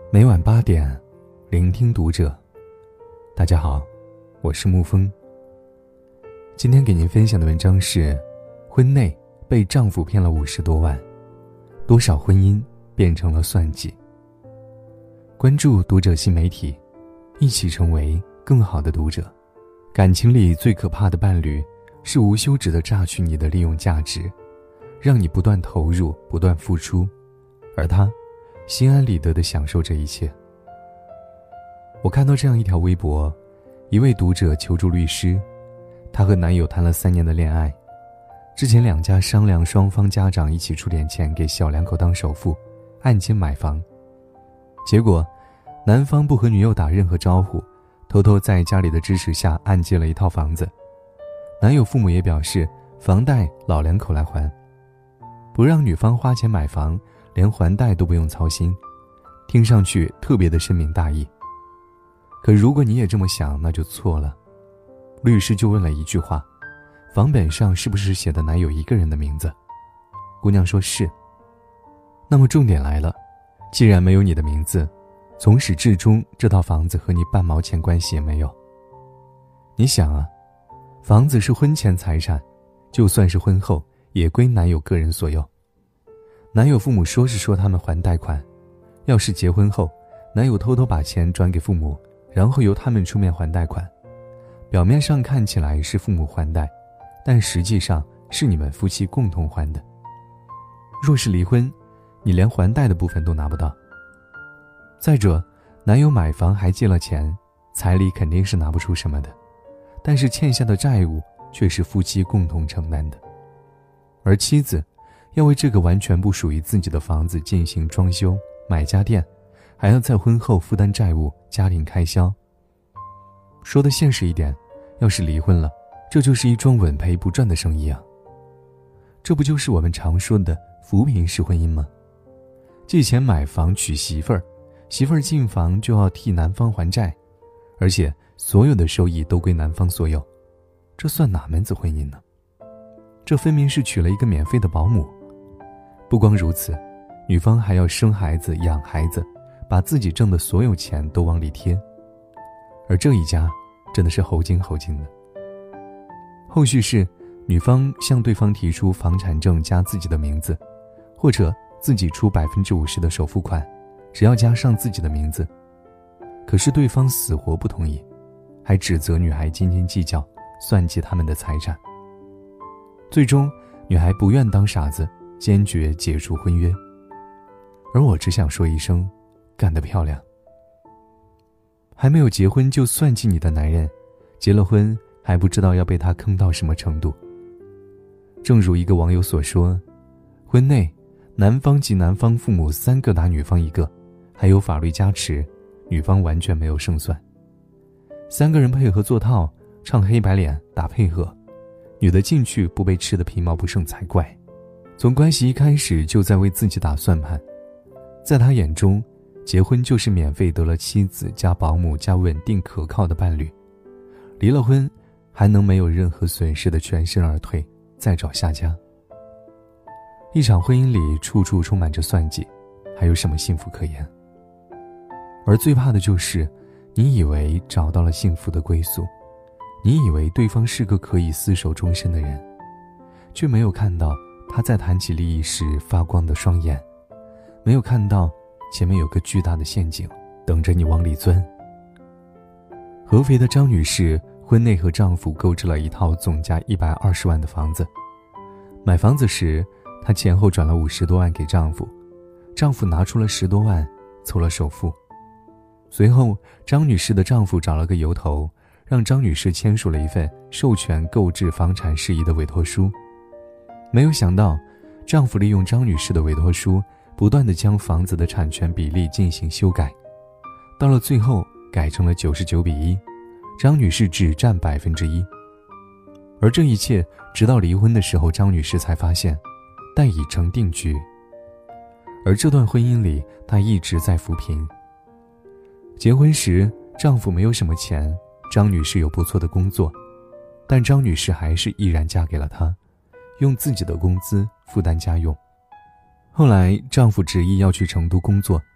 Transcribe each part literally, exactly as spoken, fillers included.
每晚八点，聆听读者。大家好，我是沐风。今天给您分享的文章是：婚内被丈夫骗了五十多万，多少婚姻变成了算计。关注读者新媒体，一起成为更好的读者。感情里最可怕的伴侣，是无休止地榨取你的利用价值，让你不断投入，不断付出，而他心安理得地享受这一切。我看到这样一条微博，一位读者求助律师，她和男友谈了三年的恋爱，之前两家商量，双方家长一起出点钱给小两口当首付，按揭买房。结果男方不和女友打任何招呼，偷偷在家里的支持下按揭了一套房子。男友父母也表示房贷老两口来还，不让女方花钱买房，连还贷都不用操心，听上去特别的深明大义。可如果你也这么想，那就错了。律师就问了一句话：房本上是不是写的男友一个人的名字？姑娘说是。那么重点来了，既然没有你的名字，从始至终这套房子和你半毛钱关系也没有。你想啊，房子是婚前财产，就算是婚后也归男友个人所有。男友父母说是说他们还贷款，要是结婚后男友偷偷把钱转给父母，然后由他们出面还贷款，表面上看起来是父母还贷，但实际上是你们夫妻共同还的。若是离婚，你连还贷的部分都拿不到。再者，男友买房还借了钱，彩礼肯定是拿不出什么的，但是欠下的债务却是夫妻共同承担的。而妻子要为这个完全不属于自己的房子进行装修、买家电，还要在婚后负担债务、家庭开销。说的现实一点，要是离婚了，这就是一桩稳赔不赚的生意啊！这不就是我们常说的扶贫式婚姻吗？借钱买房娶媳妇儿，媳妇儿进房就要替男方还债，而且所有的收益都归男方所有，这算哪门子婚姻呢？这分明是娶了一个免费的保姆。不光如此，女方还要生孩子、养孩子，把自己挣的所有钱都往里贴。而这一家真的是猴精猴精的。后续是女方向对方提出房产证加自己的名字，或者自己出 百分之五十 的首付款，只要加上自己的名字。可是对方死活不同意，还指责女孩斤斤计较，算计他们的财产。最终女孩不愿当傻子，坚决解除婚约。而我只想说一声，干得漂亮。还没有结婚就算计你的男人，结了婚还不知道要被他坑到什么程度。正如一个网友所说，婚内男方及男方父母三个打女方一个，还有法律加持，女方完全没有胜算。三个人配合做套，唱黑白脸打配合，女的进去不被吃得皮毛不剩才怪。从关系一开始就在为自己打算盘，在他眼中，结婚就是免费得了妻子加保姆加稳定可靠的伴侣，离了婚还能没有任何损失的全身而退，再找下家。一场婚姻里处处充满着算计，还有什么幸福可言？而最怕的就是你以为找到了幸福的归宿，你以为对方是个可以厮守终身的人，却没有看到他在谈起利益时发光的双眼，没有看到前面有个巨大的陷阱等着你往里钻。合肥的张女士婚内和丈夫购置了一套总价一百二十万的房子，买房子时她前后转了五十多万给丈夫，丈夫拿出了十多万凑了首付。随后张女士的丈夫找了个由头，让张女士签署了一份授权购置房产事宜的委托书。没有想到丈夫利用张女士的委托书，不断地将房子的产权比例进行修改，到了最后改成了九十九比一，张女士只占百分之一。而这一切直到离婚的时候，张女士才发现但已成定局。而这段婚姻里，她一直在扶贫。结婚时丈夫没有什么钱，张女士有不错的工作，但张女士还是毅然嫁给了他，用自己的工资负担家用。后来丈夫执意要去成都工作，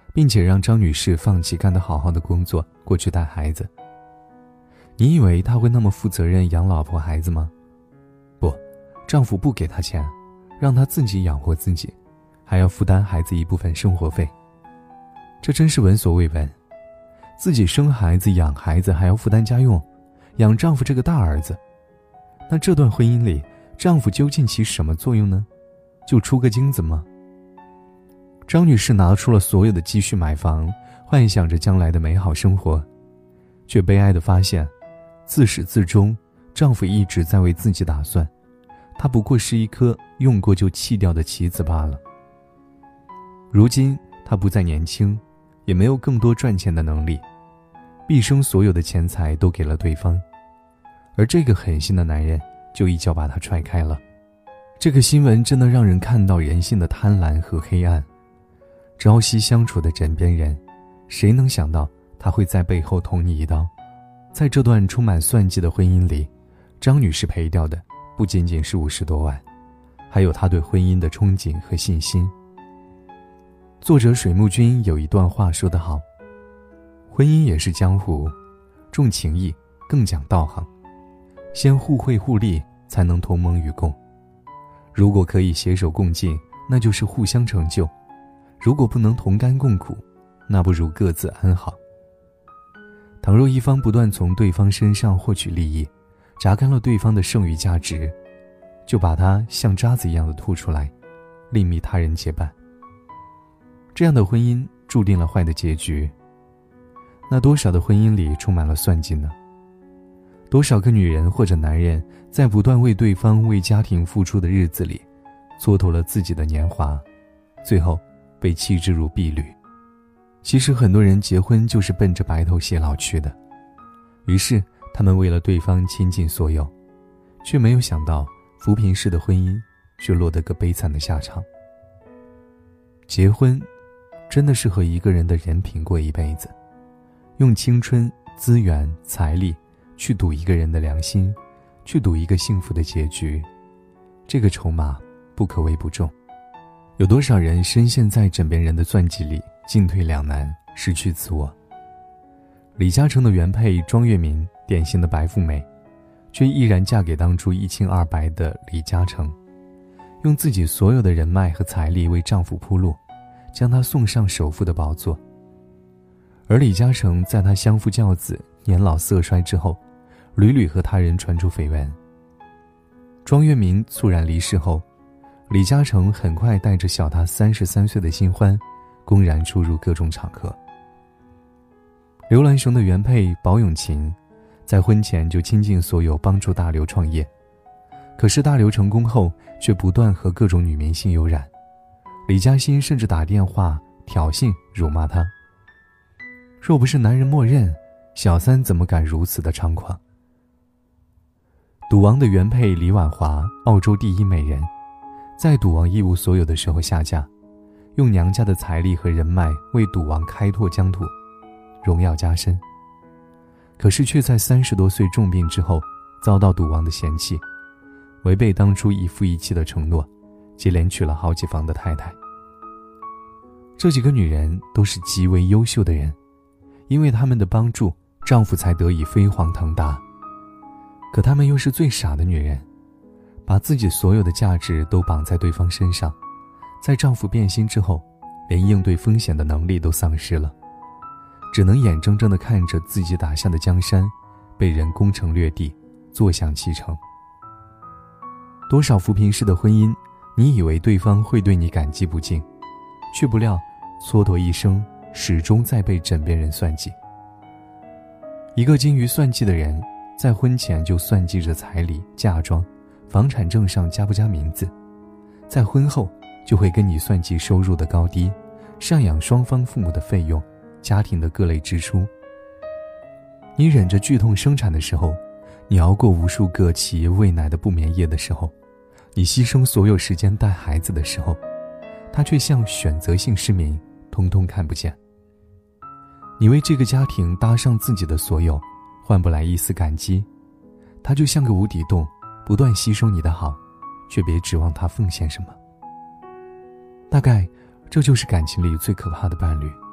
并且让张女士放弃干得好好的工作，过去带孩子。你以为她会那么负责任养老婆孩子吗？不，丈夫不给她钱，让她自己养活自己，还要负担孩子一部分生活费。这真是闻所未闻，自己生孩子养孩子还要负担家用，养丈夫这个大儿子。那这段婚姻里，丈夫究竟起什么作用呢？就出个精子吗？张女士拿出了所有的积蓄买房，幻想着将来的美好生活，却悲哀地发现，自始至终，丈夫一直在为自己打算，他不过是一颗用过就弃掉的棋子罢了。如今他不再年轻，也没有更多赚钱的能力，毕生所有的钱财都给了对方，而这个狠心的男人就一脚把他踹开了。这个新闻真的让人看到人性的贪婪和黑暗。朝夕相处的枕边人，谁能想到他会在背后捅你一刀？在这段充满算计的婚姻里，张女士赔掉的不仅仅是五十多万，还有她对婚姻的憧憬和信心。作者水木君有一段话说得好，婚姻也是江湖，重情义，更讲道行，先互惠互利，才能同盟与共。如果可以携手共进，那就是互相成就；如果不能同甘共苦，那不如各自安好。倘若一方不断从对方身上获取利益，榨干了对方的剩余价值，就把它像渣子一样的吐出来，另觅他人结伴。这样的婚姻注定了坏的结局。那多少的婚姻里充满了算计呢？多少个女人或者男人在不断为对方为家庭付出的日子里，蹉跎了自己的年华，最后被弃之如敝履。其实很多人结婚就是奔着白头偕老去的，于是他们为了对方倾尽所有，却没有想到扶贫式的婚姻却落得个悲惨的下场。结婚真的是和一个人的人品过一辈子，用青春、资源、财力去赌一个人的良心，去赌一个幸福的结局，这个筹码不可谓不重。有多少人深陷在枕边人的算计里，进退两难，失去自我。李嘉诚的原配庄月明，典型的白富美，却毅然嫁给当初一清二白的李嘉诚，用自己所有的人脉和财力为丈夫铺路，将他送上首富的宝座。而李嘉诚在他相夫教子、年老色衰之后，屡屡和他人传出绯闻。庄月明猝然离世后，李嘉诚很快带着小他三十三岁的新欢，公然出入各种场合。刘銮雄的原配宝永琴，在婚前就倾尽所有帮助大刘创业，可是大刘成功后，却不断和各种女明星有染。李嘉欣甚至打电话挑衅辱骂他。若不是男人默认，小三怎么敢如此的猖狂？赌王的原配李婉华，澳洲第一美人，在赌王一无所有的时候下嫁，用娘家的财力和人脉为赌王开拓疆土，荣耀加身。可是却在三十多岁重病之后，遭到赌王的嫌弃，违背当初一夫一妻的承诺，接连娶了好几房的太太。这几个女人都是极为优秀的人，因为她们的帮助，丈夫才得以飞黄腾达。可她们又是最傻的女人，把自己所有的价值都绑在对方身上，在丈夫变心之后，连应对风险的能力都丧失了，只能眼睁睁地看着自己打下的江山被人攻城略地，坐享其成。多少扶贫式的婚姻，你以为对方会对你感激不尽，却不料蹉跎一生，始终在被枕边人算计。一个精于算计的人，在婚前就算计着彩礼、嫁妆、房产证上加不加名字，在婚后就会跟你算计收入的高低，赡养双方父母的费用，家庭的各类支出。你忍着剧痛生产的时候，你熬过无数个企业喂奶的不眠夜的时候，你牺牲所有时间带孩子的时候，他却像选择性失明，通通看不见。你为这个家庭搭上自己的所有，换不来一丝感激，他就像个无底洞，不断吸收你的好，却别指望他奉献什么。大概这就是感情里最可怕的伴侣，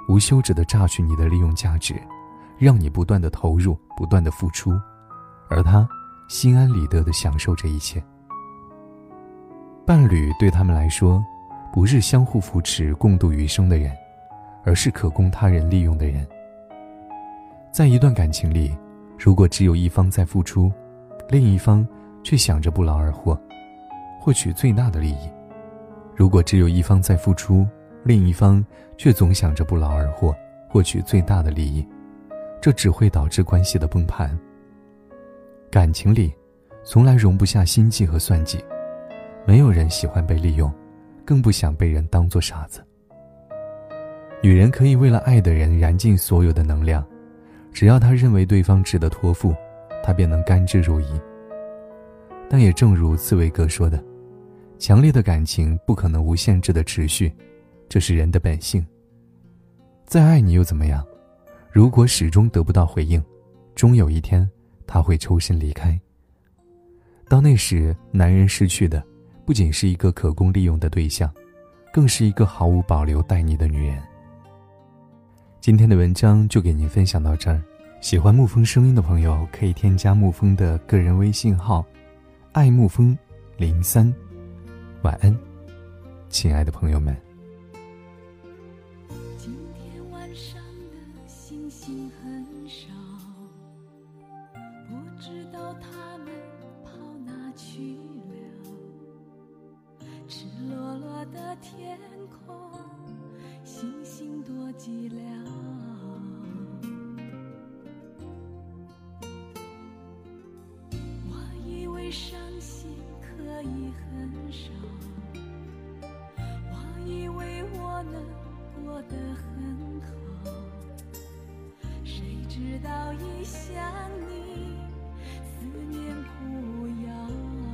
无休止地榨取你的利用价值，让你不断地投入，不断地付出，而他心安理得地享受这一切。伴侣对他们来说，不是相互扶持共度余生的人，而是可供他人利用的人。在一段感情里，如果只有一方在付出，另一方却想着不劳而获，获取最大的利益；如果只有一方在付出，另一方却总想着不劳而获，获取最大的利益，这只会导致关系的崩盘。感情里从来容不下心计和算计，没有人喜欢被利用，更不想被人当作傻子。女人可以为了爱的人燃尽所有的能量，只要她认为对方值得托付，她便能甘之如饴。但也正如茨威格说的，强烈的感情不可能无限制的持续，这是人的本性。再爱你又怎么样？如果始终得不到回应，终有一天他会抽身离开。到那时，男人失去的不仅是一个可供利用的对象，更是一个毫无保留待你的女人。今天的文章就给您分享到这儿，喜欢沐风声音的朋友可以添加沐风的个人微信号爱沐风零三。晚安，亲爱的朋友们。 今天晚上的星星很少，不知道他们跑哪去了。赤裸裸的天空，星星多寂寥。我以为伤心可以很少，我以为我能过得很好，谁知道一想你，思念苦药，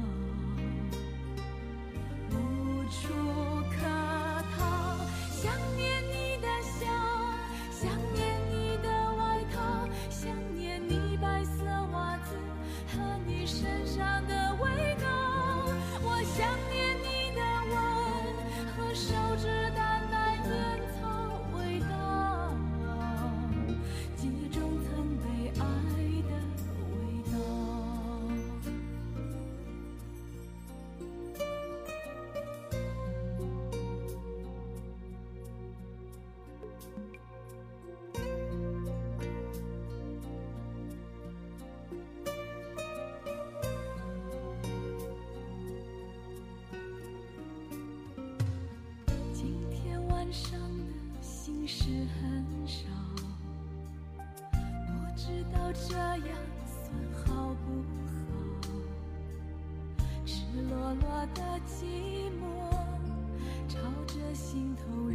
无处可逃。想念你的笑，想念你的外套，想念你白色袜子和你身上的味道。我想念你的吻和手指淡淡烟草味道，记忆中曾被爱的味道。今天晚上的心事很少，不知道这样算好不好。赤裸裸的寂寞朝着心头